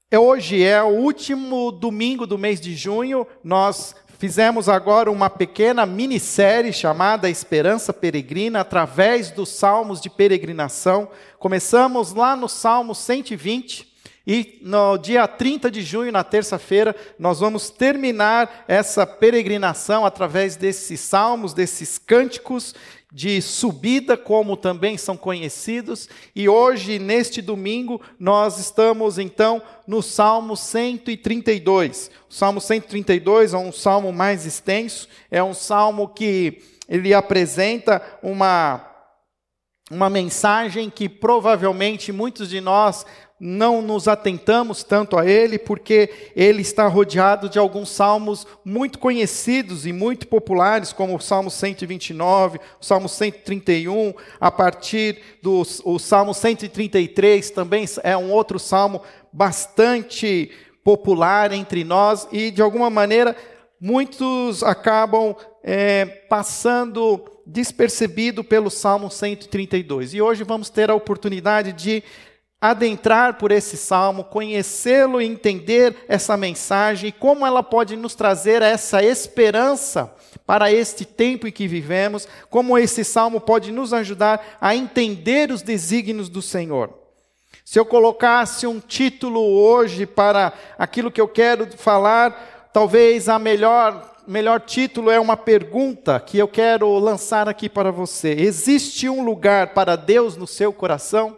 Hoje é o último domingo do mês de junho. Nós fizemos agora uma pequena minissérie chamada Esperança Peregrina, através dos salmos de peregrinação. Começamos lá no Salmo 120 e no dia 30 de junho, na terça-feira, nós vamos terminar essa peregrinação através desses salmos, desses cânticos de subida, como também são conhecidos. E hoje, neste domingo, nós estamos então no Salmo 132. O Salmo 132 é um salmo mais extenso, é um salmo que ele apresenta uma mensagem que provavelmente muitos de nós não nos atentamos tanto a ele, porque ele está rodeado de alguns salmos muito conhecidos e muito populares, como o Salmo 129, o Salmo 131, a partir do Salmo 133, também é um outro salmo bastante popular entre nós, e de alguma maneira muitos acabam passando despercebido pelo Salmo 132. E hoje vamos ter a oportunidade de adentrar por esse salmo, conhecê-lo e entender essa mensagem e como ela pode nos trazer essa esperança para este tempo em que vivemos, como esse salmo pode nos ajudar a entender os desígnios do Senhor. Se eu colocasse um título hoje para aquilo que eu quero falar, talvez a melhor título é uma pergunta que eu quero lançar aqui para você. Existe um lugar para Deus no seu coração?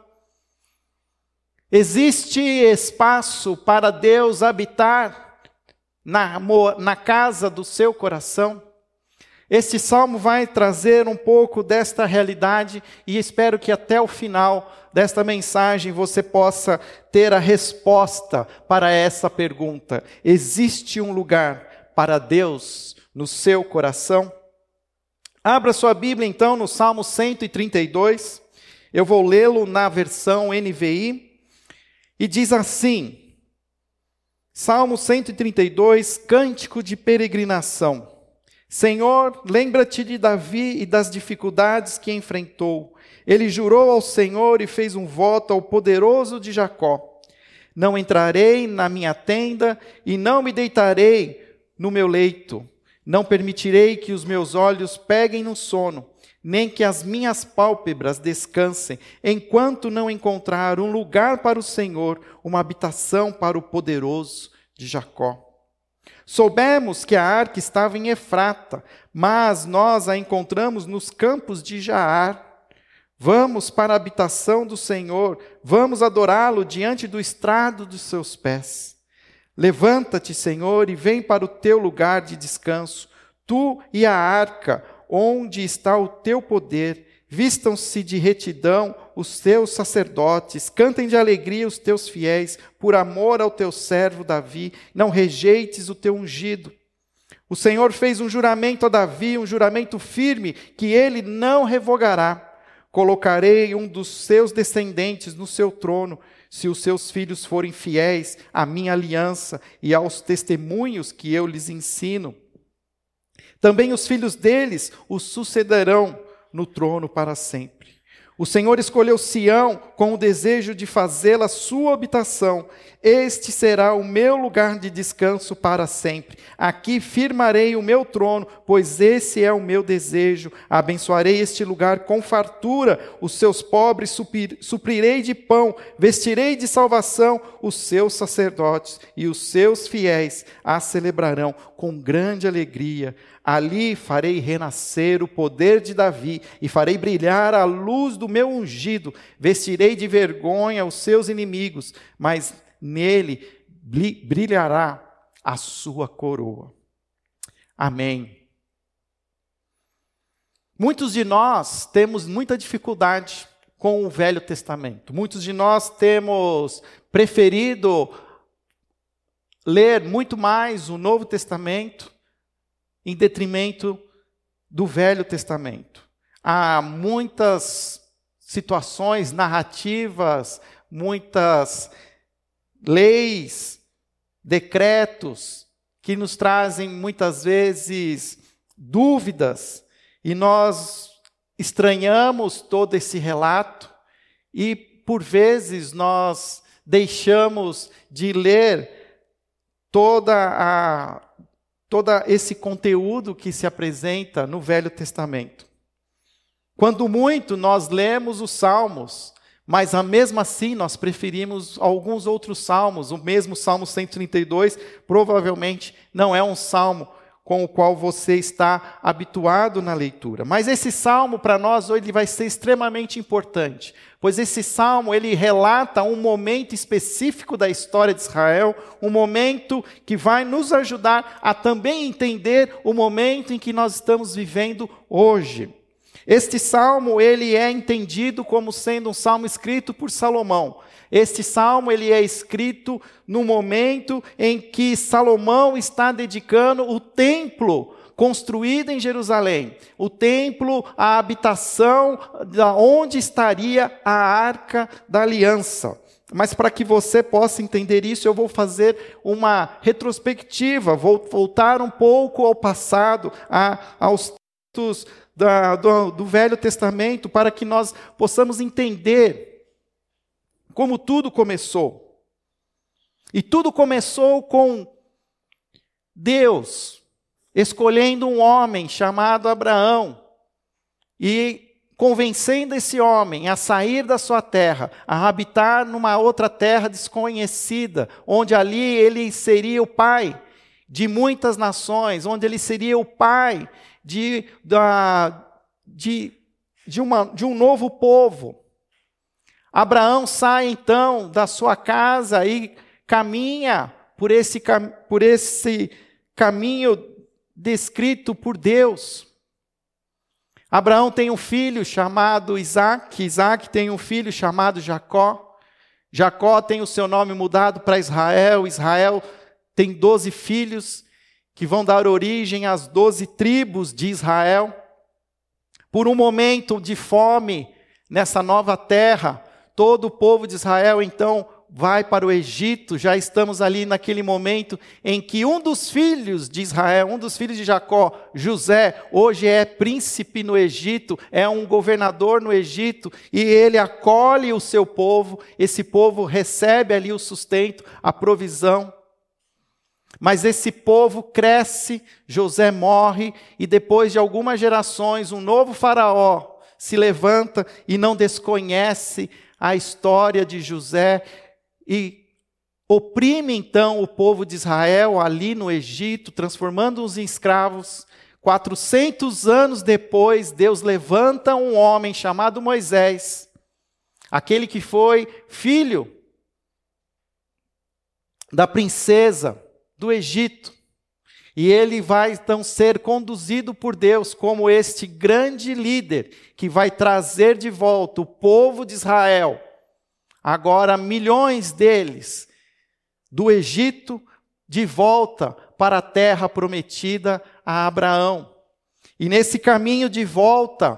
Existe espaço para Deus habitar na casa do seu coração? Este salmo vai trazer um pouco desta realidade e espero que até o final desta mensagem você possa ter a resposta para essa pergunta. Existe um lugar para Deus no seu coração? Abra sua Bíblia então no Salmo 132, eu vou lê-lo na versão NVI. E diz assim, Salmo 132, cântico de peregrinação. Senhor, lembra-te de Davi e das dificuldades que enfrentou. Ele jurou ao Senhor e fez um voto ao poderoso de Jacó. Não entrarei na minha tenda e não me deitarei no meu leito. Não permitirei que os meus olhos peguem no sono, nem que as minhas pálpebras descansem, enquanto não encontrar um lugar para o Senhor, uma habitação para o poderoso de Jacó. Soubemos que a arca estava em Efrata, mas nós a encontramos nos campos de Jaar. Vamos para a habitação do Senhor, vamos adorá-lo diante do estrado dos seus pés. Levanta-te, Senhor, e vem para o teu lugar de descanso, tu e a arca, onde está o teu poder. Vistam-se de retidão os teus sacerdotes, cantem de alegria os teus fiéis, por amor ao teu servo Davi, não rejeites o teu ungido. O Senhor fez um juramento a Davi, um juramento firme, que ele não revogará. Colocarei um dos seus descendentes no seu trono, se os seus filhos forem fiéis à minha aliança e aos testemunhos que eu lhes ensino. Também os filhos deles o sucederão no trono para sempre. O Senhor escolheu Sião com o desejo de fazê-la sua habitação. Este será o meu lugar de descanso para sempre. Aqui firmarei o meu trono, pois esse é o meu desejo. Abençoarei este lugar com fartura. Os seus pobres suprirei de pão. Vestirei de salvação os seus sacerdotes, e os seus fiéis a celebrarão com grande alegria. Ali farei renascer o poder de Davi e farei brilhar a luz do meu ungido. Vestirei de vergonha os seus inimigos, mas nele brilhará a sua coroa. Amém. Muitos de nós temos muita dificuldade com o Velho Testamento. Muitos de nós temos preferido ler muito mais o Novo Testamento em detrimento do Velho Testamento. Há muitas situações narrativas, muitas leis, decretos, que nos trazem muitas vezes dúvidas, e nós estranhamos todo esse relato, e por vezes nós deixamos de ler todo esse conteúdo que se apresenta no Velho Testamento. Quando muito nós lemos os Salmos, mas mesmo assim nós preferimos alguns outros salmos. O mesmo Salmo 132 provavelmente não é um salmo com o qual você está habituado na leitura. Mas esse salmo para nós hoje vai ser extremamente importante, pois esse salmo ele relata um momento específico da história de Israel, um momento que vai nos ajudar a também entender o momento em que nós estamos vivendo hoje. Este salmo, ele é entendido como sendo um salmo escrito por Salomão. Este salmo, ele é escrito no momento em que Salomão está dedicando o templo construído em Jerusalém. O templo, a habitação, onde estaria a Arca da Aliança. Mas para que você possa entender isso, eu vou fazer uma retrospectiva, vou voltar um pouco ao passado, aos textos do Velho Testamento, para que nós possamos entender como tudo começou. E tudo começou com Deus escolhendo um homem chamado Abraão e convencendo esse homem a sair da sua terra, a habitar numa outra terra desconhecida, onde ali ele seria o pai de muitas nações, onde ele seria o pai de um novo povo. Abraão sai então da sua casa e caminha por esse caminho descrito por Deus. Abraão tem um filho chamado Isaac, Isaac tem um filho chamado Jacó, Jacó tem o seu nome mudado para Israel, Israel tem 12 filhos, que vão dar origem às 12 tribos de Israel. Por um momento de fome nessa nova terra, todo o povo de Israel então vai para o Egito. Já estamos ali naquele momento em que um dos filhos de Israel, um dos filhos de Jacó, José, hoje é príncipe no Egito, é um governador no Egito, e ele acolhe o seu povo, esse povo recebe ali o sustento, a provisão. Mas esse povo cresce, José morre, e depois de algumas gerações, um novo faraó se levanta e não desconhece a história de José e oprime então o povo de Israel ali no Egito, transformando-os em escravos. 400 anos depois, Deus levanta um homem chamado Moisés, aquele que foi filho da princesa do Egito, e ele vai então ser conduzido por Deus como este grande líder que vai trazer de volta o povo de Israel, agora milhões deles, do Egito, de volta para a terra prometida a Abraão. E nesse caminho de volta,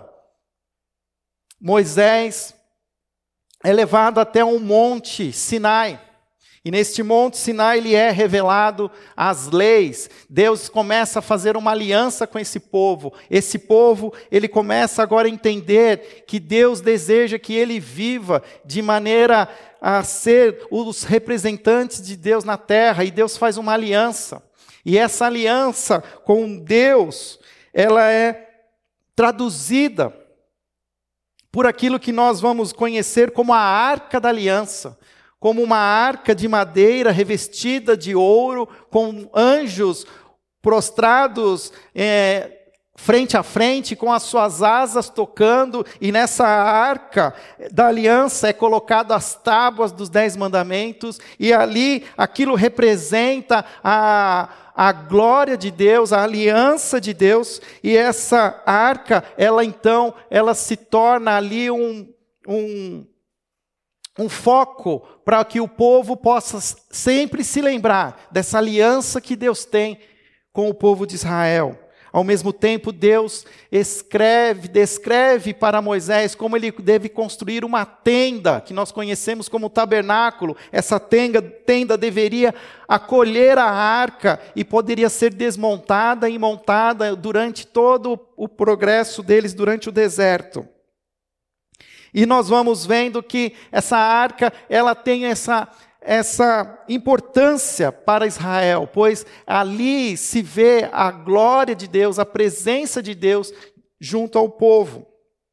Moisés é levado até um monte Sinai. E neste monte Sinai lhe é revelado as leis. Deus começa a fazer uma aliança com esse povo. Esse povo, ele começa agora a entender que Deus deseja que ele viva de maneira a ser os representantes de Deus na terra. E Deus faz uma aliança. E essa aliança com Deus, ela é traduzida por aquilo que nós vamos conhecer como a Arca da Aliança. Como uma arca de madeira revestida de ouro, com anjos prostrados frente a frente, com as suas asas tocando, e nessa arca da aliança é colocado as tábuas dos 10 mandamentos, e ali aquilo representa a glória de Deus, a aliança de Deus, e essa arca, ela se torna ali um foco para que o povo possa sempre se lembrar dessa aliança que Deus tem com o povo de Israel. Ao mesmo tempo, Deus descreve para Moisés como ele deve construir uma tenda, que nós conhecemos como tabernáculo. Essa tenda deveria acolher a arca e poderia ser desmontada e montada durante todo o progresso deles durante o deserto. E nós vamos vendo que essa arca, ela tem essa importância para Israel, pois ali se vê a glória de Deus, a presença de Deus junto ao povo.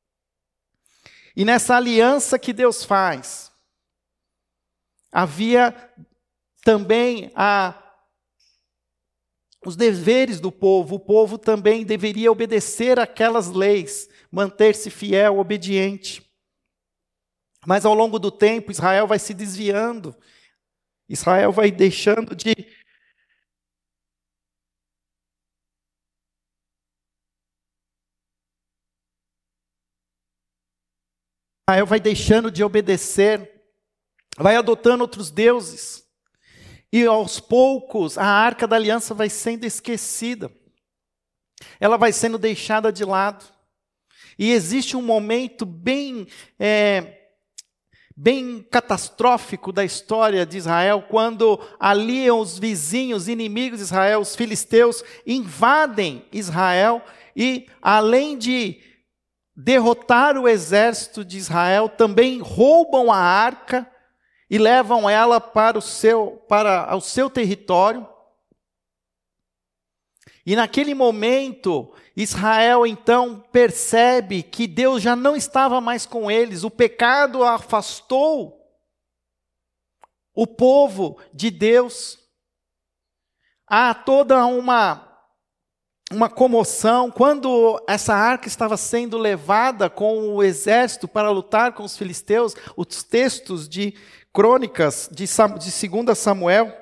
E nessa aliança que Deus faz, havia também os deveres do povo. O povo também deveria obedecer aquelas leis, manter-se fiel, obediente. Mas ao longo do tempo, Israel vai se desviando. Israel vai deixando de obedecer, vai adotando outros deuses. E aos poucos, a arca da aliança vai sendo esquecida. Ela vai sendo deixada de lado. E existe um momento bem catastrófico da história de Israel, quando ali os vizinhos, inimigos de Israel, os filisteus, invadem Israel e, além de derrotar o exército de Israel, também roubam a arca e levam ela para o seu território. E naquele momento, Israel então percebe que Deus já não estava mais com eles, o pecado afastou o povo de Deus. Há toda uma comoção. Quando essa arca estava sendo levada com o exército para lutar com os filisteus, os textos de Crônicas, de 2 Samuel,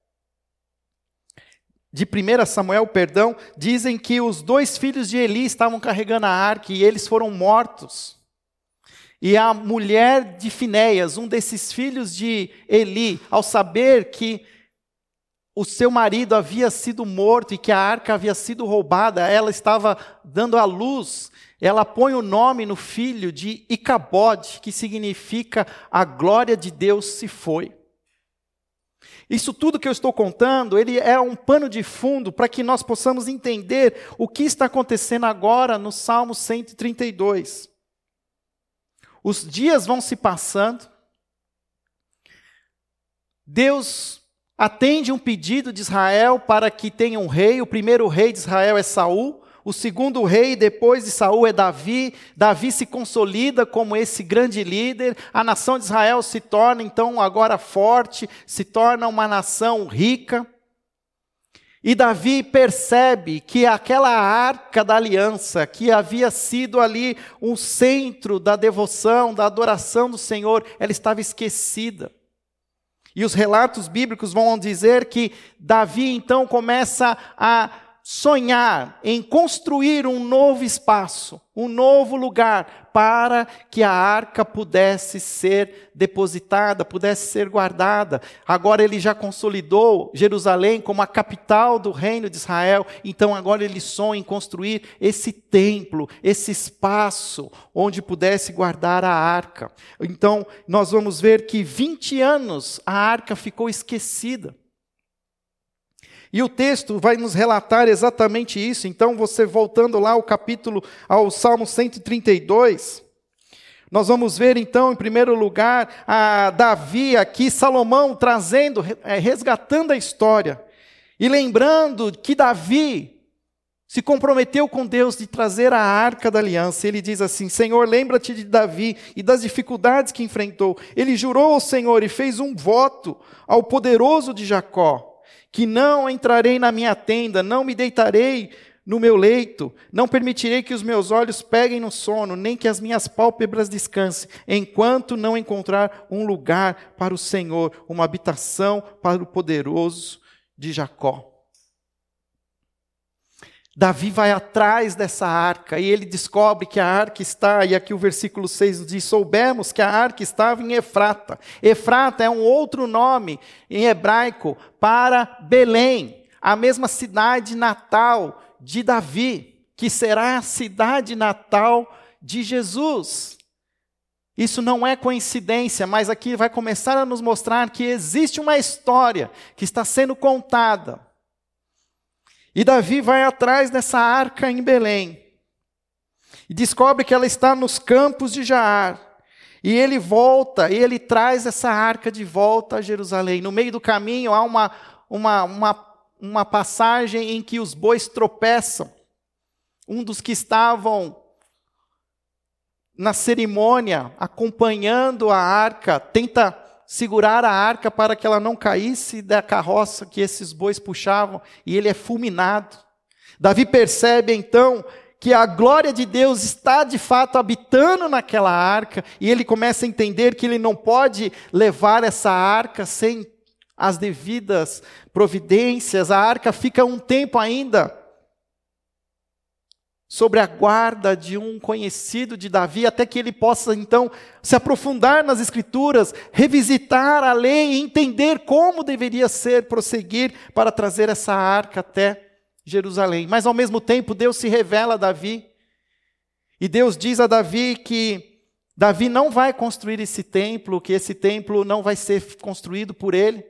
de 1 Samuel, dizem que os 2 filhos de Eli estavam carregando a arca e eles foram mortos. E a mulher de Finéias, um desses filhos de Eli, ao saber que o seu marido havia sido morto e que a arca havia sido roubada, ela estava dando à luz, ela põe o nome no filho de Icabode, que significa a glória de Deus se foi. Isso tudo que eu estou contando, ele é um pano de fundo para que nós possamos entender o que está acontecendo agora no Salmo 132. Os dias vão se passando, Deus atende um pedido de Israel para que tenha um rei. O primeiro rei de Israel é Saul. O segundo rei, depois de Saul, é Davi. Davi se consolida como esse grande líder. A nação de Israel se torna, então, agora forte, se torna uma nação rica. E Davi percebe que aquela arca da aliança, que havia sido ali um centro da devoção, da adoração do Senhor, ela estava esquecida. E os relatos bíblicos vão dizer que Davi, então, começa a sonhar em construir um novo espaço, um novo lugar, para que a arca pudesse ser depositada, pudesse ser guardada. Agora ele já consolidou Jerusalém como a capital do reino de Israel, então agora ele sonha em construir esse templo, esse espaço onde pudesse guardar a arca. Então nós vamos ver que 20 anos a arca ficou esquecida. E o texto vai nos relatar exatamente isso. Então, você voltando lá ao Salmo 132, nós vamos ver então, em primeiro lugar, a Davi aqui, Salomão resgatando a história. E lembrando que Davi se comprometeu com Deus de trazer a arca da aliança. Ele diz assim: Senhor, lembra-te de Davi e das dificuldades que enfrentou. Ele jurou ao Senhor e fez um voto ao poderoso de Jacó, que não entrarei na minha tenda, não me deitarei no meu leito, não permitirei que os meus olhos peguem no sono, nem que as minhas pálpebras descansem, enquanto não encontrar um lugar para o Senhor, uma habitação para o poderoso de Jacó. Davi vai atrás dessa arca e ele descobre que a arca está, e aqui o versículo 6 diz: soubemos que a arca estava em Efrata. Efrata é um outro nome em hebraico para Belém, a mesma cidade natal de Davi, que será a cidade natal de Jesus. Isso não é coincidência, mas aqui vai começar a nos mostrar que existe uma história que está sendo contada. E Davi vai atrás dessa arca em Belém. E descobre que ela está nos campos de Jaar. E ele volta, e ele traz essa arca de volta a Jerusalém. No meio do caminho há uma passagem em que os bois tropeçam. Um dos que estavam na cerimônia, acompanhando a arca, tenta segurar a arca para que ela não caísse da carroça que esses bois puxavam, e ele é fulminado. Davi percebe então que a glória de Deus está de fato habitando naquela arca, e ele começa a entender que ele não pode levar essa arca sem as devidas providências. A arca fica um tempo ainda sobre a guarda de um conhecido de Davi, até que ele possa então se aprofundar nas Escrituras, revisitar a lei e entender como deveria prosseguir para trazer essa arca até Jerusalém. Mas ao mesmo tempo Deus se revela a Davi, e Deus diz a Davi que Davi não vai construir esse templo, que esse templo não vai ser construído por ele.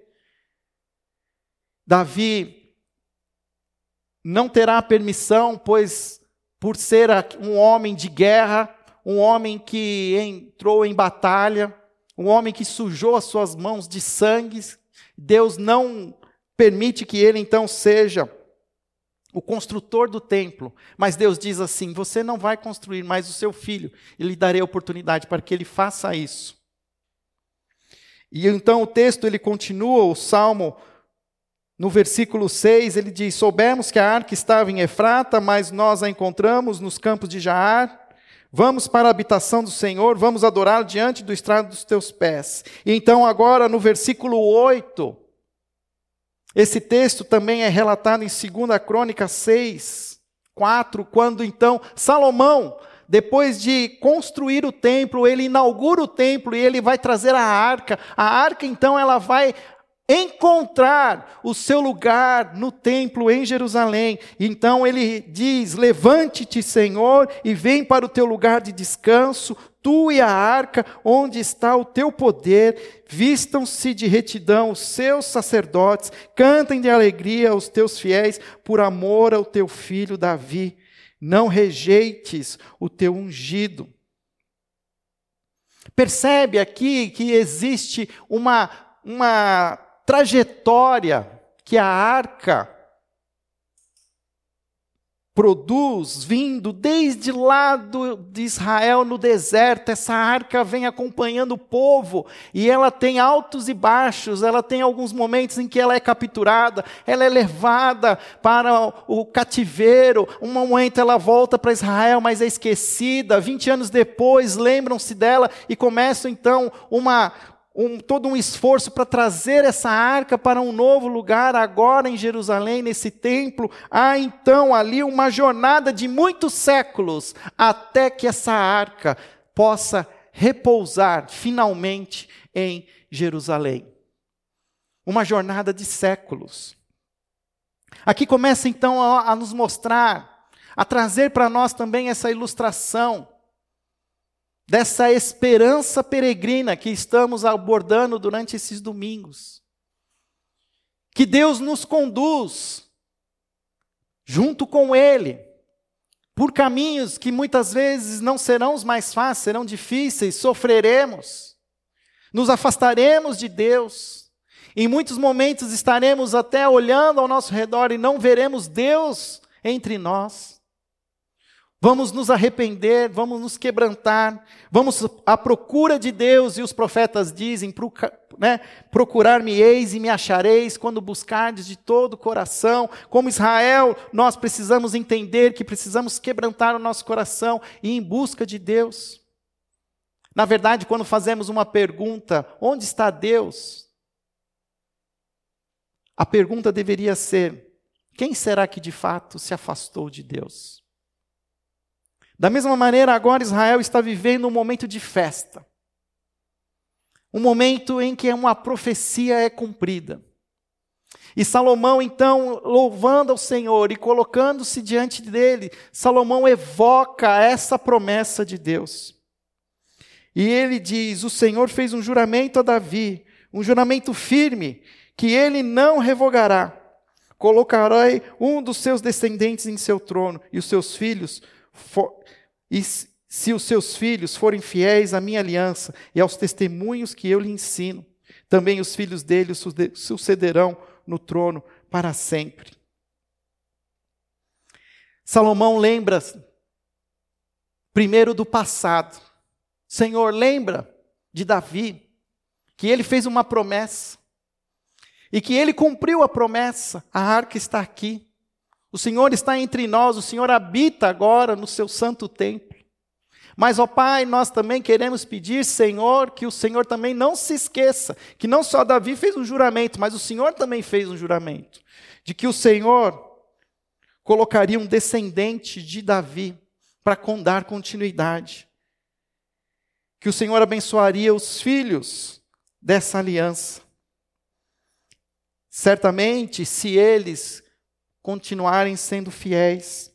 Davi não terá permissão, pois por ser um homem de guerra, um homem que entrou em batalha, um homem que sujou as suas mãos de sangue, Deus não permite que ele então seja o construtor do templo. Mas Deus diz assim: você não vai construir, mas o seu filho, eu lhe darei a oportunidade para que ele faça isso. E então o texto ele continua, o Salmo, no versículo 6, ele diz: soubemos que a arca estava em Efrata, mas nós a encontramos nos campos de Jaar. Vamos para a habitação do Senhor, vamos adorá-lo diante do estrado dos teus pés. E então agora no versículo 8, esse texto também é relatado em 2 Crônicas 6, 4, quando então Salomão, depois de construir o templo, ele inaugura o templo e ele vai trazer a arca. A arca então ela vai encontrar o seu lugar no templo em Jerusalém. Então ele diz: levante-te, Senhor, e vem para o teu lugar de descanso, tu e a arca, onde está o teu poder. Vistam-se de retidão os seus sacerdotes, cantem de alegria os teus fiéis, por amor ao teu filho Davi. Não rejeites o teu ungido. Percebe aqui que existe uma trajetória que a arca produz, vindo desde lá de Israel no deserto. Essa arca vem acompanhando o povo, e ela tem altos e baixos, ela tem alguns momentos em que ela é capturada, ela é levada para o cativeiro, um momento ela volta para Israel, mas é esquecida. 20 anos depois, lembram-se dela e começam então todo um esforço para trazer essa arca para um novo lugar, agora em Jerusalém, nesse templo. Há então ali uma jornada de muitos séculos, até que essa arca possa repousar finalmente em Jerusalém. Uma jornada de séculos. Aqui começa então a nos mostrar, a trazer para nós também essa ilustração dessa esperança peregrina que estamos abordando durante esses domingos. Que Deus nos conduz, junto com Ele, por caminhos que muitas vezes não serão os mais fáceis, serão difíceis, sofreremos, nos afastaremos de Deus. Em muitos momentos estaremos até olhando ao nosso redor e não veremos Deus entre nós. Vamos nos arrepender, vamos nos quebrantar, vamos à procura de Deus, e os profetas dizem, procurar-me-eis e me achareis, quando buscardes de todo o coração. Como Israel, nós precisamos entender que precisamos quebrantar o nosso coração e ir em busca de Deus. Na verdade, quando fazemos uma pergunta, onde está Deus? A pergunta deveria ser: quem será que de fato se afastou de Deus? Da mesma maneira, agora Israel está vivendo um momento de festa. Um momento em que uma profecia é cumprida. E Salomão, então, louvando ao Senhor e colocando-se diante dele, Salomão evoca essa promessa de Deus. E ele diz: o Senhor fez um juramento a Davi, um juramento firme, que ele não revogará. Colocarei um dos seus descendentes em seu trono, e os seus filhos se os seus filhos forem fiéis à minha aliança e aos testemunhos que eu lhe ensino, também os filhos dele sucederão no trono para sempre. Salomão lembra primeiro do passado. Senhor, lembra de Davi, que ele fez uma promessa, e que ele cumpriu a promessa. A arca está aqui, o Senhor está entre nós, o Senhor habita agora no seu santo templo. Mas, ó Pai, nós também queremos pedir, Senhor, que o Senhor também não se esqueça, que não só Davi fez um juramento, mas o Senhor também fez um juramento, de que o Senhor colocaria um descendente de Davi para dar continuidade, que o Senhor abençoaria os filhos dessa aliança. Certamente, se eles continuarem sendo fiéis.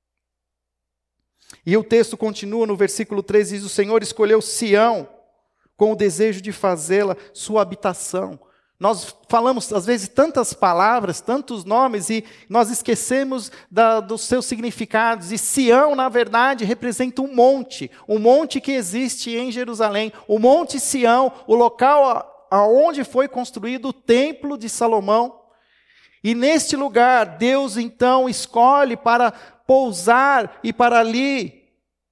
E o texto continua no versículo 13, diz: o Senhor escolheu Sião com o desejo de fazê-la sua habitação. Nós falamos, às vezes, tantas palavras, tantos nomes, e nós esquecemos dos seus significados. E Sião, na verdade, representa um monte que existe em Jerusalém. O Monte Sião, o local aonde foi construído o Templo de Salomão. E neste lugar, Deus então escolhe para pousar e para ali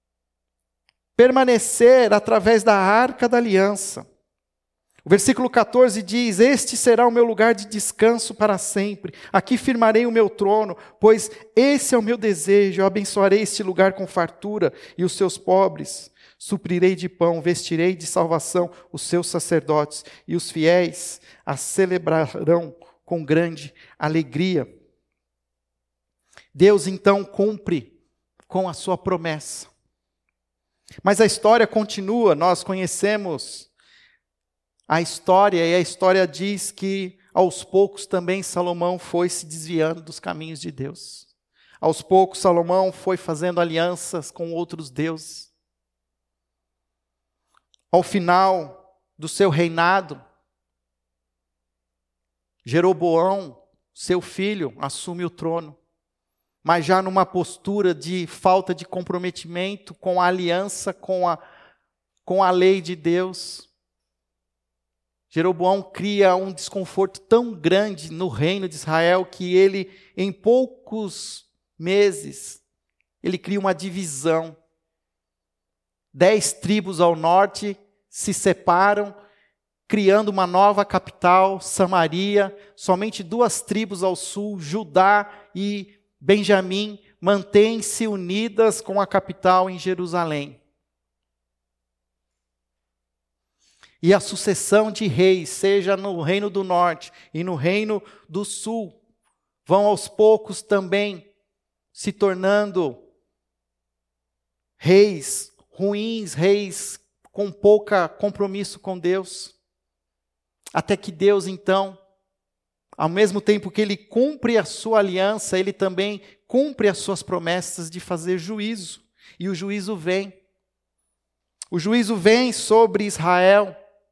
permanecer através da Arca da Aliança. O versículo 14 diz: este será o meu lugar de descanso para sempre, aqui firmarei o meu trono, pois esse é o meu desejo, eu abençoarei este lugar com fartura e os seus pobres suprirei de pão, vestirei de salvação os seus sacerdotes, e os fiéis a celebrarão com grande alegria. Deus então cumpre com a sua promessa. Mas a história continua, nós conhecemos a história, e a história diz que aos poucos também Salomão foi se desviando dos caminhos de Deus. Aos poucos Salomão foi fazendo alianças com outros deuses. Ao final do seu reinado, Jeroboão, seu filho, assume o trono, mas já numa postura de falta de comprometimento com a aliança, com a lei de Deus. Jeroboão cria um desconforto tão grande no reino de Israel que ele, em poucos meses, ele cria uma divisão. 10 tribos ao norte se separam, criando uma nova capital, Samaria. Somente 2 tribos ao sul, Judá e Benjamim, mantêm-se unidas com a capital em Jerusalém. E a sucessão de reis, seja no reino do norte e no reino do sul, vão aos poucos também se tornando reis ruins, reis com pouco compromisso com Deus. Até que Deus, então, ao mesmo tempo que Ele cumpre a sua aliança, Ele também cumpre as suas promessas de fazer juízo. E o juízo vem. O juízo vem sobre Israel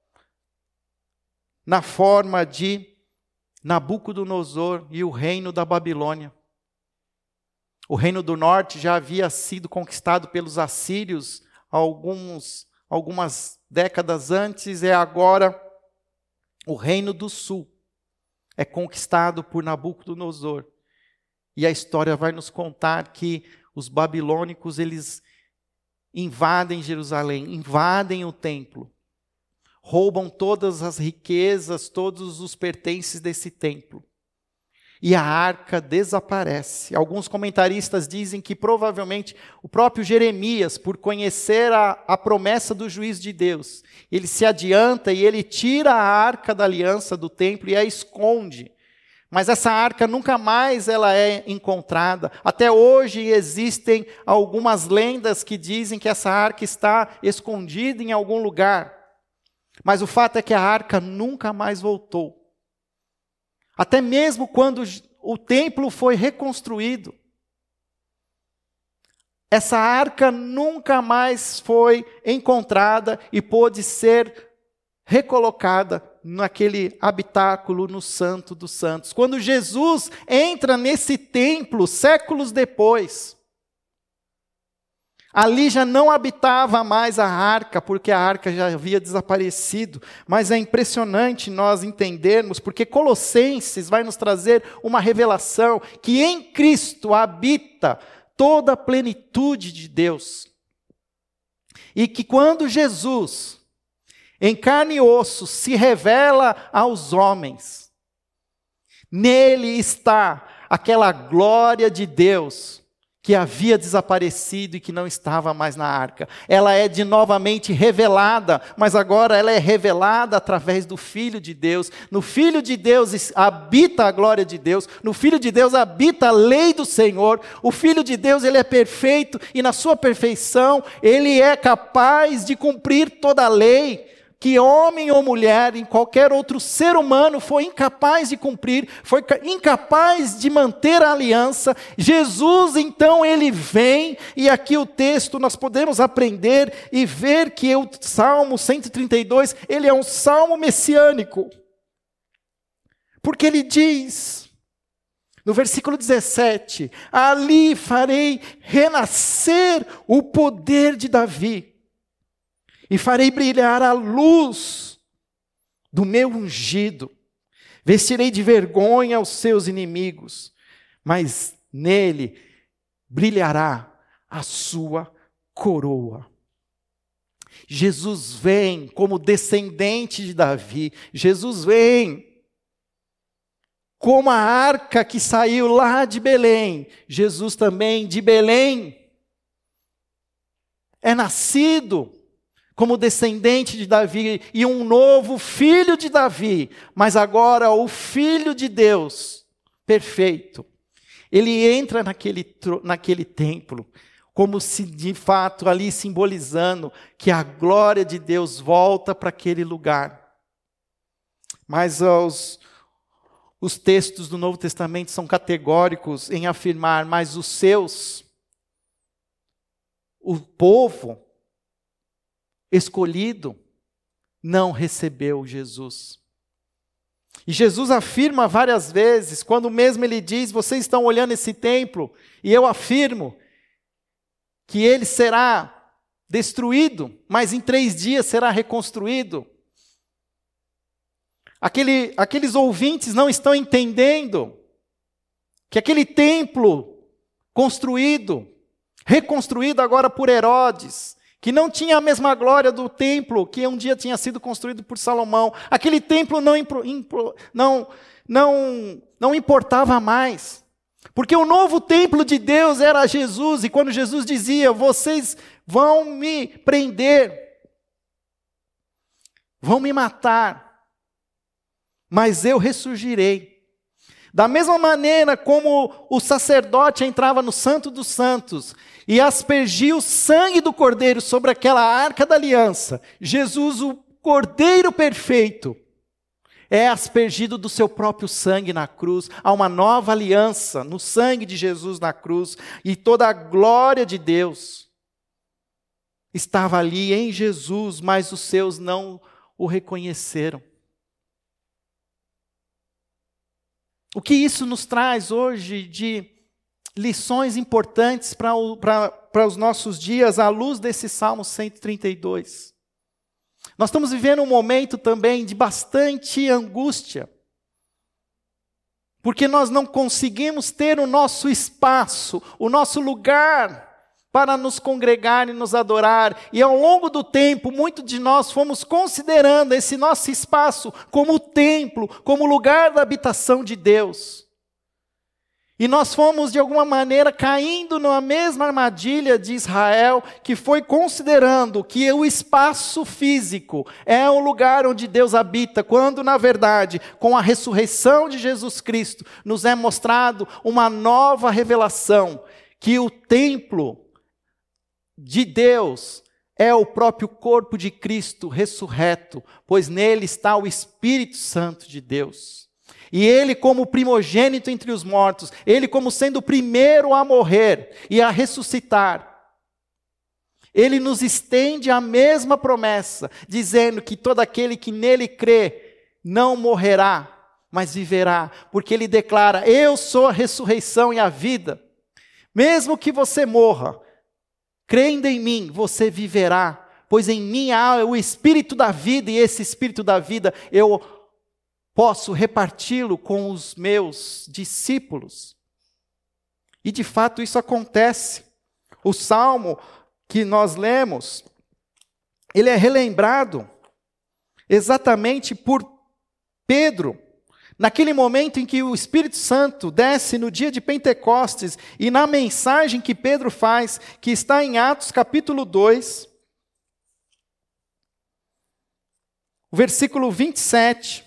na forma de Nabucodonosor e o reino da Babilônia. O reino do norte já havia sido conquistado pelos assírios algumas décadas antes, e agora o reino do sul é conquistado por Nabucodonosor. E a história vai nos contar que os babilônicos, eles invadem Jerusalém, invadem o templo, roubam todas as riquezas, todos os pertences desse templo. E a arca desaparece. Alguns comentaristas dizem que provavelmente o próprio Jeremias, por conhecer a promessa do juízo de Deus, ele se adianta e ele tira a arca da aliança do templo e a esconde. Mas essa arca nunca mais ela é encontrada. Até hoje existem algumas lendas que dizem que essa arca está escondida em algum lugar. Mas o fato é que a arca nunca mais voltou. Até mesmo quando o templo foi reconstruído, essa arca nunca mais foi encontrada e pôde ser recolocada naquele habitáculo no Santo dos Santos. Quando Jesus entra nesse templo, séculos depois, Ali já não habitava mais a arca, porque a arca já havia desaparecido. Mas é impressionante nós entendermos, porque Colossenses vai nos trazer uma revelação que em Cristo habita toda a plenitude de Deus. E que quando Jesus, em carne e osso, se revela aos homens, nele está aquela glória de Deus que havia desaparecido e que não estava mais na arca. Ela é de novamente revelada, mas agora ela é revelada através do Filho de Deus. No Filho de Deus habita a glória de Deus, no Filho de Deus habita a lei do Senhor. O Filho de Deus, ele é perfeito e na sua perfeição ele é capaz de cumprir toda a lei que homem ou mulher, em qualquer outro ser humano, foi incapaz de cumprir, foi incapaz de manter a aliança. Jesus, então, ele vem, e aqui o texto nós podemos aprender e ver que o Salmo 132, ele é um salmo messiânico. Porque ele diz, no versículo 17, ali farei renascer o poder de Davi, e farei brilhar a luz do meu ungido. Vestirei de vergonha os seus inimigos, mas nele brilhará a sua coroa. Jesus vem como descendente de Davi. Jesus vem como a arca que saiu lá de Belém. Jesus também de Belém é nascido como descendente de Davi e um novo filho de Davi, mas agora o Filho de Deus, perfeito. Ele entra naquele templo, como se de fato ali simbolizando que a glória de Deus volta para aquele lugar. Mas os textos do Novo Testamento são categóricos em afirmar, mas os seus, o povo escolhido, não recebeu Jesus. E Jesus afirma várias vezes, quando mesmo ele diz, vocês estão olhando esse templo, e eu afirmo que ele será destruído, mas em 3 dias será reconstruído. Aqueles ouvintes não estão entendendo que aquele templo construído, reconstruído agora por Herodes, que não tinha a mesma glória do templo que um dia tinha sido construído por Salomão. Aquele templo não importava mais. Porque o novo templo de Deus era Jesus. E quando Jesus dizia, vocês vão me prender, vão me matar, mas eu ressurgirei. Da mesma maneira como o sacerdote entrava no Santo dos Santos e aspergia o sangue do Cordeiro sobre aquela arca da aliança, Jesus, o Cordeiro perfeito, é aspergido do seu próprio sangue na cruz. Há uma nova aliança no sangue de Jesus na cruz, e toda a glória de Deus estava ali em Jesus, mas os seus não o reconheceram. O que isso nos traz hoje de lições importantes para os nossos dias, à luz desse Salmo 132? Nós estamos vivendo um momento também de bastante angústia, porque nós não conseguimos ter o nosso espaço, o nosso lugar para nos congregar e nos adorar. E ao longo do tempo, muitos de nós fomos considerando esse nosso espaço como templo, como lugar da habitação de Deus. E nós fomos, de alguma maneira, caindo na mesma armadilha de Israel, que foi considerando que o espaço físico é o lugar onde Deus habita, quando, na verdade, com a ressurreição de Jesus Cristo, nos é mostrado uma nova revelação, que o templo de Deus é o próprio corpo de Cristo ressurreto, pois nele está o Espírito Santo de Deus. E ele, como primogênito entre os mortos, ele como sendo o primeiro a morrer e a ressuscitar, ele nos estende a mesma promessa, dizendo que todo aquele que nele crê não morrerá, mas viverá, porque ele declara, eu sou a ressurreição e a vida. Mesmo que você morra, crendo em mim, você viverá, pois em mim há o Espírito da vida, e esse Espírito da vida eu posso reparti-lo com os meus discípulos. E de fato isso acontece. O Salmo que nós lemos, ele é relembrado exatamente por Pedro, naquele momento em que o Espírito Santo desce no dia de Pentecostes, e na mensagem que Pedro faz, que está em Atos capítulo 2, versículo 27,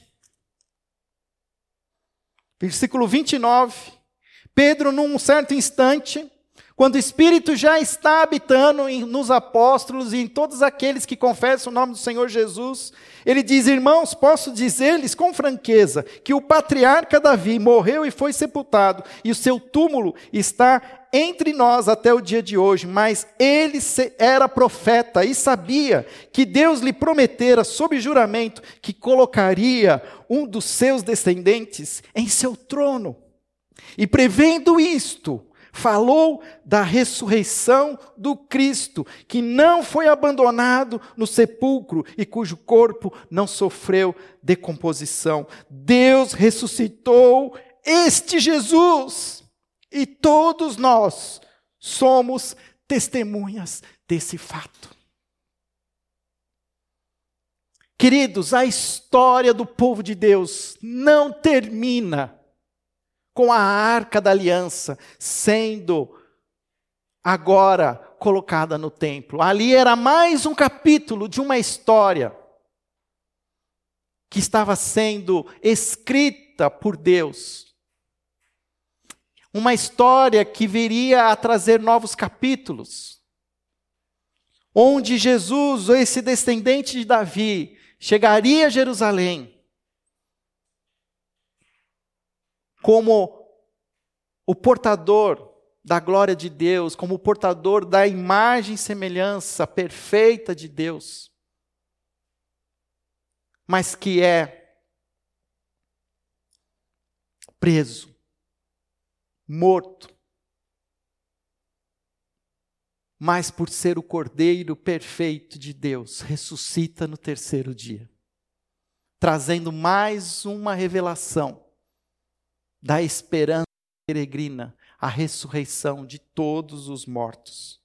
versículo 29, Pedro, num certo instante, quando o Espírito já está habitando nos apóstolos e em todos aqueles que confessam o nome do Senhor Jesus, ele diz: irmãos, posso dizer-lhes com franqueza que o patriarca Davi morreu e foi sepultado, e o seu túmulo está entre nós até o dia de hoje, mas ele era profeta e sabia que Deus lhe prometera sob juramento que colocaria um dos seus descendentes em seu trono. E prevendo isto, falou da ressurreição do Cristo, que não foi abandonado no sepulcro e cujo corpo não sofreu decomposição. Deus ressuscitou este Jesus, e todos nós somos testemunhas desse fato. Queridos, a história do povo de Deus não termina com a Arca da Aliança sendo agora colocada no templo. Ali era mais um capítulo de uma história que estava sendo escrita por Deus. Uma história que viria a trazer novos capítulos, onde Jesus, esse descendente de Davi, chegaria a Jerusalém como o portador da glória de Deus, como o portador da imagem e semelhança perfeita de Deus, mas que é preso, morto, mas por ser o Cordeiro perfeito de Deus, ressuscita no terceiro dia, trazendo mais uma revelação da esperança peregrina, a ressurreição de todos os mortos.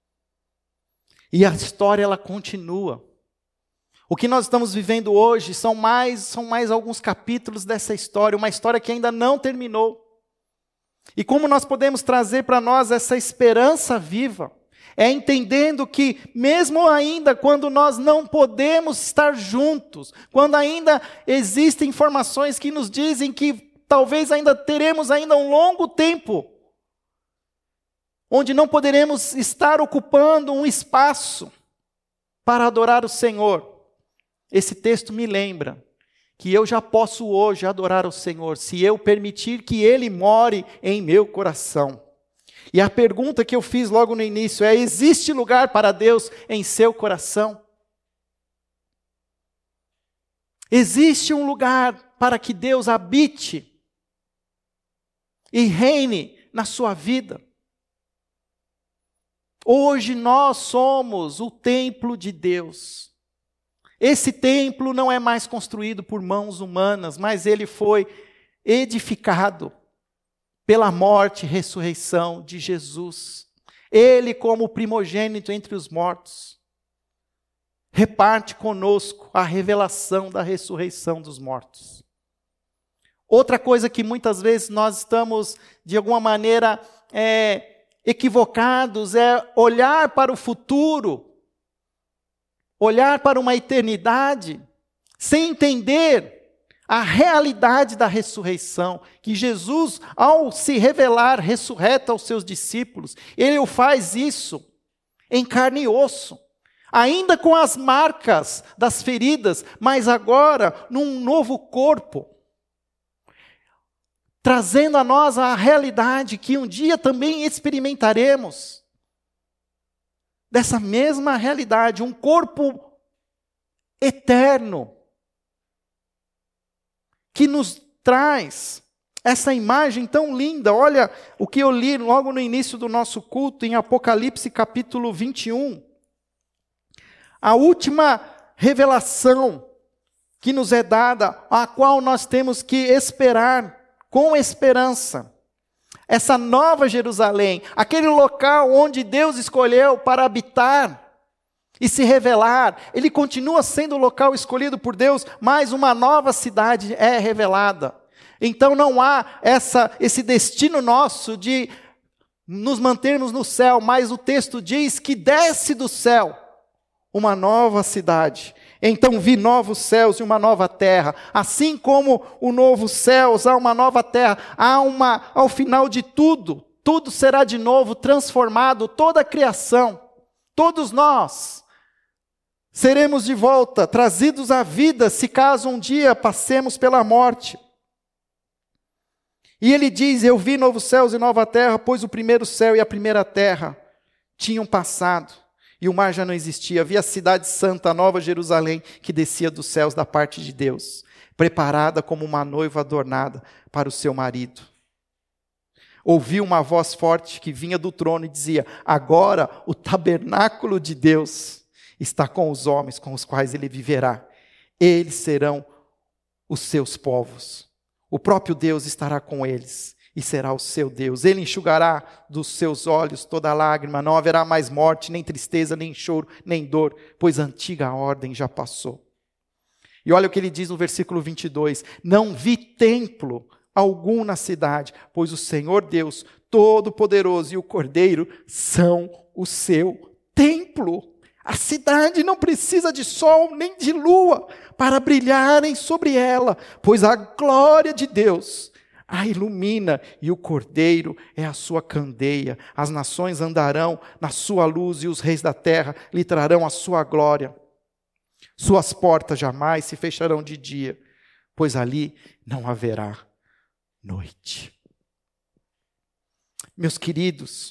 E a história ela continua. O que nós estamos vivendo hoje são mais alguns capítulos dessa história, uma história que ainda não terminou. E como nós podemos trazer para nós essa esperança viva? É entendendo que, mesmo ainda quando nós não podemos estar juntos, quando ainda existem informações que nos dizem que talvez ainda teremos ainda um longo tempo, onde não poderemos estar ocupando um espaço para adorar o Senhor. Esse texto me lembra que eu já posso hoje adorar o Senhor, se eu permitir que Ele more em meu coração. E a pergunta que eu fiz logo no início é: existe lugar para Deus em seu coração? Existe um lugar para que Deus habite e reine na sua vida? Hoje nós somos o templo de Deus. Esse templo não é mais construído por mãos humanas, mas ele foi edificado pela morte e ressurreição de Jesus. Ele, como primogênito entre os mortos, reparte conosco a revelação da ressurreição dos mortos. Outra coisa que muitas vezes nós estamos, de alguma maneira, equivocados, é olhar para o futuro, olhar para uma eternidade, sem entender a realidade da ressurreição, que Jesus, ao se revelar, ressurreta aos seus discípulos, Ele o faz isso em carne e osso, ainda com as marcas das feridas, mas agora num novo corpo, trazendo a nós a realidade que um dia também experimentaremos, dessa mesma realidade, um corpo eterno, que nos traz essa imagem tão linda. Olha o que eu li logo no início do nosso culto, em Apocalipse capítulo 21. A última revelação que nos é dada, a qual nós temos que esperar com esperança. Essa nova Jerusalém, aquele local onde Deus escolheu para habitar e se revelar, ele continua sendo o local escolhido por Deus, mas uma nova cidade é revelada. Então não há esse destino nosso de nos mantermos no céu, mas o texto diz que desce do céu uma nova cidade. Então vi novos céus e uma nova terra. Assim como o novo céus, há uma nova terra, ao final de tudo, tudo será de novo transformado, toda a criação, todos nós seremos de volta, trazidos à vida, se caso um dia passemos pela morte. E ele diz, eu vi novos céus e nova terra, pois o primeiro céu e a primeira terra tinham passado. E o mar já não existia. Havia a cidade santa, a nova Jerusalém, que descia dos céus da parte de Deus, preparada como uma noiva adornada para o seu marido. Ouvi uma voz forte que vinha do trono e dizia, agora o tabernáculo de Deus está com os homens com os quais ele viverá. Eles serão os seus povos. O próprio Deus estará com eles e será o seu Deus. Ele enxugará dos seus olhos toda lágrima. Não haverá mais morte, nem tristeza, nem choro, nem dor, pois a antiga ordem já passou. E olha o que ele diz no versículo 22. Não vi templo algum na cidade, pois o Senhor Deus Todo-Poderoso e o Cordeiro são o seu templo. A cidade não precisa de sol nem de lua para brilharem sobre ela, pois a glória de Deus a ilumina e o Cordeiro é a sua candeia. As nações andarão na sua luz e os reis da terra lhe trarão a sua glória. Suas portas jamais se fecharão de dia, pois ali não haverá noite. Meus queridos,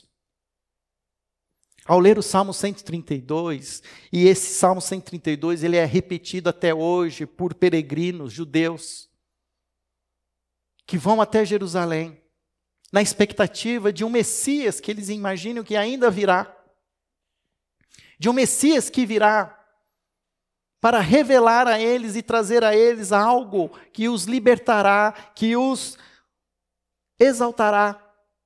ao ler o Salmo 132, e esse Salmo 132 ele é repetido até hoje por peregrinos judeus, que vão até Jerusalém, na expectativa de um Messias que eles imaginam que ainda virá, de um Messias que virá para revelar a eles e trazer a eles algo que os libertará, que os exaltará.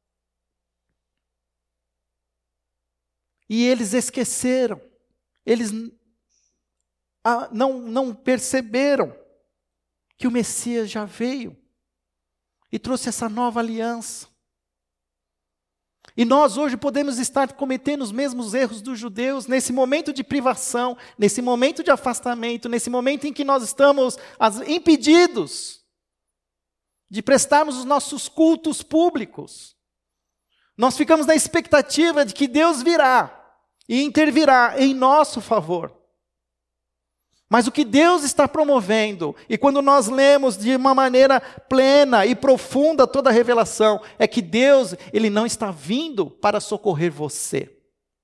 E eles esqueceram, eles não perceberam que o Messias já veio e trouxe essa nova aliança. E nós hoje podemos estar cometendo os mesmos erros dos judeus, nesse momento de privação, nesse momento de afastamento, nesse momento em que nós estamos impedidos de prestarmos os nossos cultos públicos. Nós ficamos na expectativa de que Deus virá e intervirá em nosso favor. Mas o que Deus está promovendo, e quando nós lemos de uma maneira plena e profunda toda a revelação, é que Deus, Ele não está vindo para socorrer você.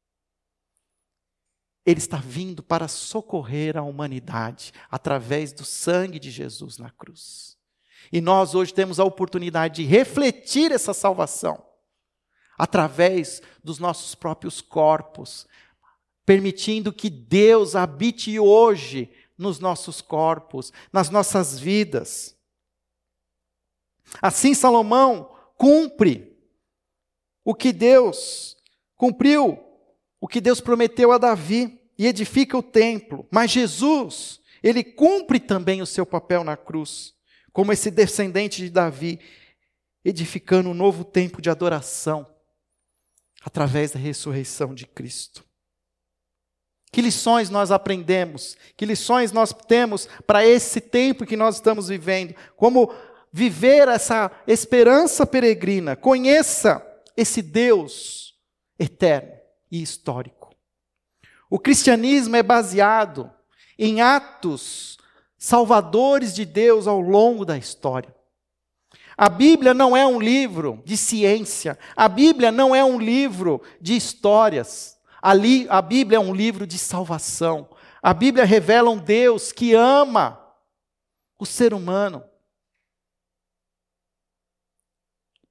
Ele está vindo para socorrer a humanidade, através do sangue de Jesus na cruz. E nós hoje temos a oportunidade de refletir essa salvação, através dos nossos próprios corpos, permitindo que Deus habite hoje nos nossos corpos, nas nossas vidas. Assim Salomão cumpre o que Deus cumpriu, o que Deus prometeu a Davi, e edifica o templo. Mas Jesus, ele cumpre também o seu papel na cruz, como esse descendente de Davi, edificando um novo templo de adoração, através da ressurreição de Cristo. Que lições nós aprendemos? Que lições nós temos para esse tempo que nós estamos vivendo? Como viver essa esperança peregrina? Conheça esse Deus eterno e histórico. O cristianismo é baseado em atos salvadores de Deus ao longo da história. A Bíblia não é um livro de ciência. A Bíblia não é um livro de histórias. A Bíblia é um livro de salvação. A Bíblia revela um Deus que ama o ser humano.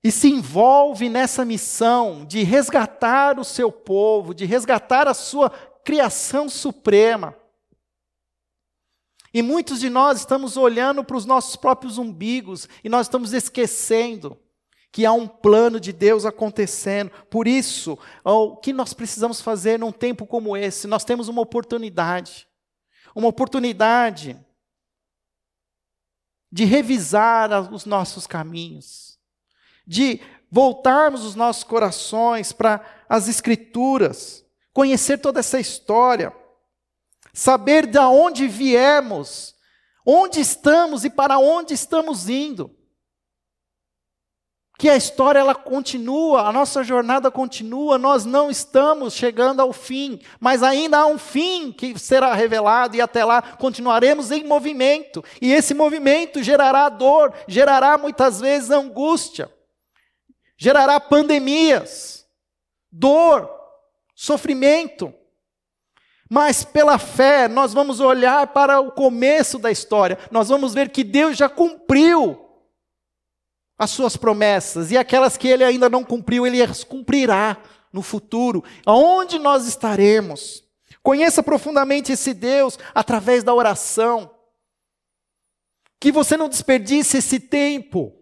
e se envolve nessa missão de resgatar o seu povo, de resgatar a sua criação suprema. E muitos de nós estamos olhando para os nossos próprios umbigos e nós estamos esquecendo que há um plano de Deus acontecendo. Por isso, o que nós precisamos fazer num tempo como esse? Nós temos uma oportunidade de revisar os nossos caminhos, de voltarmos os nossos corações para as Escrituras, conhecer toda essa história, saber de onde viemos, onde estamos e para onde estamos indo. Que a história ela continua, a nossa jornada continua, nós não estamos chegando ao fim, mas ainda há um fim que será revelado e até lá continuaremos em movimento. E esse movimento gerará dor, gerará muitas vezes angústia, gerará pandemias, dor, sofrimento. Mas pela fé nós vamos olhar para o começo da história, nós vamos ver que Deus já cumpriu as suas promessas, e aquelas que Ele ainda não cumpriu, Ele as cumprirá no futuro. Aonde nós estaremos? Conheça profundamente esse Deus através da oração. Que você não desperdice esse tempo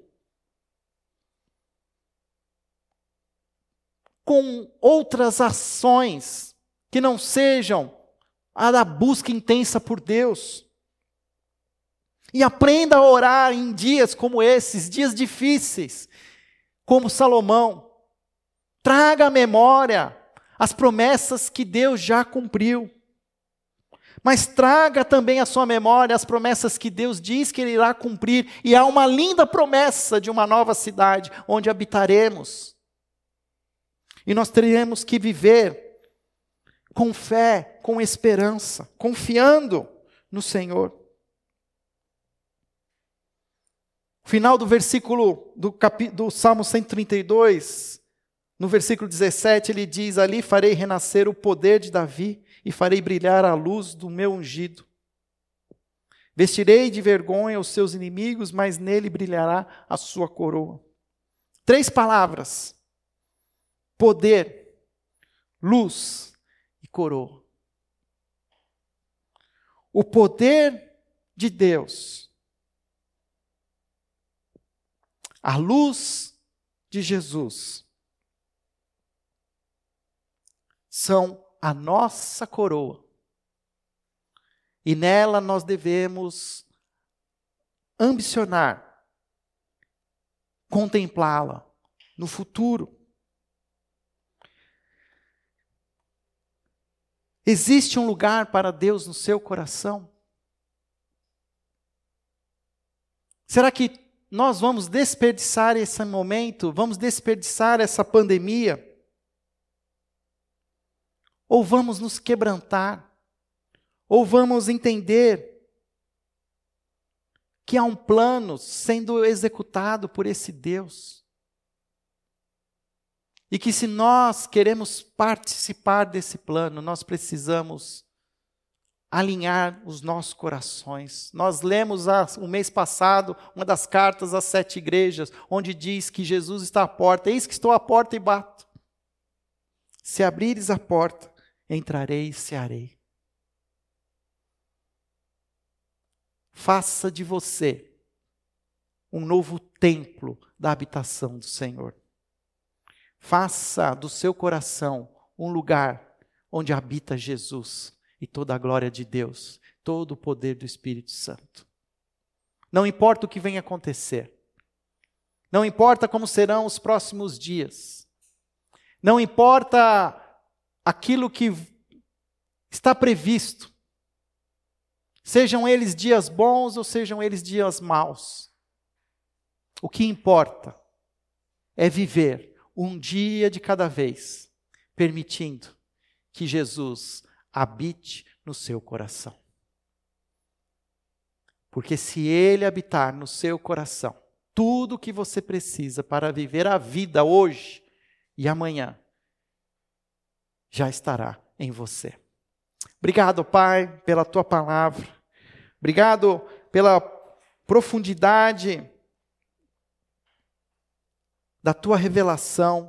com outras ações que não sejam a da busca intensa por Deus. E aprenda a orar em dias como esses, dias difíceis, como Salomão. Traga à memória as promessas que Deus já cumpriu. Mas traga também à sua memória as promessas que Deus diz que Ele irá cumprir. E há uma linda promessa de uma nova cidade, onde habitaremos. E nós teremos que viver com fé, com esperança, confiando no Senhor. Final do versículo do Salmo 132, no versículo 17, ele diz: ali farei renascer o poder de Davi e farei brilhar a luz do meu ungido. Vestirei de vergonha os seus inimigos, mas nele brilhará a sua coroa. 3 palavras: poder, luz e coroa. O poder de Deus, a luz de Jesus, são a nossa coroa. E nela nós devemos ambicionar, contemplá-la no futuro. Existe um lugar para Deus no seu coração? Será que nós vamos desperdiçar esse momento? Vamos desperdiçar essa pandemia? Ou vamos nos quebrantar? Ou vamos entender que há um plano sendo executado por esse Deus? E que se nós queremos participar desse plano, nós precisamos alinhar os nossos corações. Nós lemos o mês passado uma das cartas às 7 igrejas, onde diz que Jesus está à porta. Eis que estou à porta e bato. Se abrires a porta, entrarei e cearei. Faça de você um novo templo da habitação do Senhor. Faça do seu coração um lugar onde habita Jesus e toda a glória de Deus, todo o poder do Espírito Santo. Não importa o que venha acontecer, não importa como serão os próximos dias, não importa aquilo que está previsto, sejam eles dias bons ou sejam eles dias maus. O que importa é viver um dia de cada vez, permitindo que Jesus habite no seu coração. Porque se Ele habitar no seu coração, tudo o que você precisa para viver a vida hoje e amanhã, já estará em você. Obrigado, Pai, pela Tua palavra. Obrigado pela profundidade da tua revelação.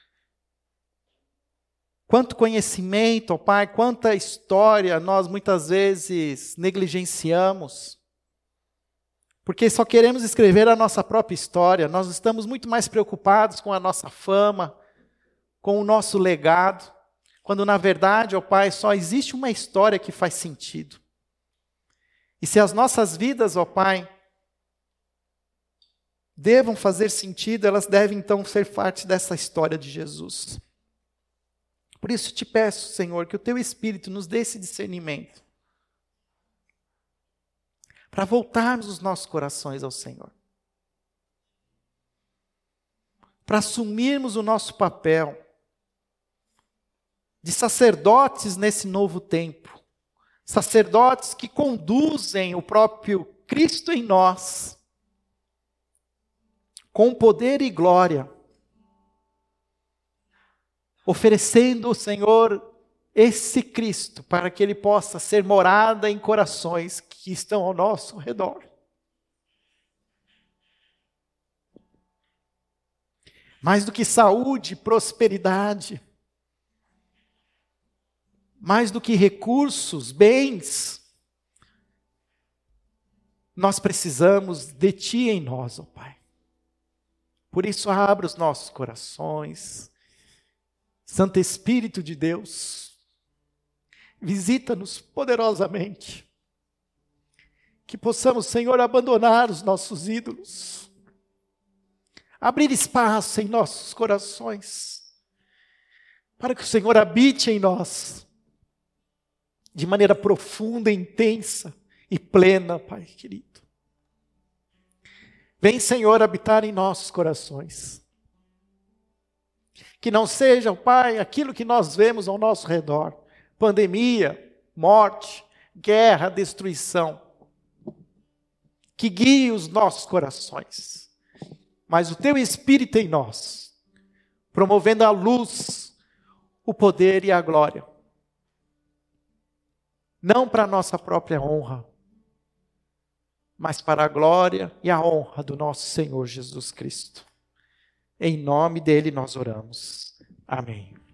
Quanto conhecimento, ó Pai, quanta história nós muitas vezes negligenciamos, porque só queremos escrever a nossa própria história, nós estamos muito mais preocupados com a nossa fama, com o nosso legado, quando na verdade, ó Pai, só existe uma história que faz sentido. E se as nossas vidas, ó Pai, devam fazer sentido, elas devem então ser parte dessa história de Jesus. Por isso te peço, Senhor, que o Teu Espírito nos dê esse discernimento, para voltarmos os nossos corações ao Senhor, para assumirmos o nosso papel de sacerdotes nesse novo tempo, sacerdotes que conduzem o próprio Cristo em nós, com poder e glória, oferecendo ao Senhor esse Cristo, para que Ele possa ser morada em corações que estão ao nosso redor. Mais do que saúde, prosperidade, mais do que recursos, bens, nós precisamos de Ti em nós, ó Pai. Por isso abra os nossos corações. Santo Espírito de Deus, visita-nos poderosamente, que possamos, Senhor, abandonar os nossos ídolos, abrir espaço em nossos corações, para que o Senhor habite em nós, de maneira profunda, intensa e plena, Pai querido. Vem, Senhor, habitar em nossos corações. Que não seja, Pai, aquilo que nós vemos ao nosso redor. Pandemia, morte, guerra, destruição. Que guie os nossos corações. Mas o Teu Espírito em nós, promovendo a luz, o poder e a glória. Não para a nossa própria honra, mas para a glória e a honra do nosso Senhor Jesus Cristo. Em nome dele nós oramos. Amém.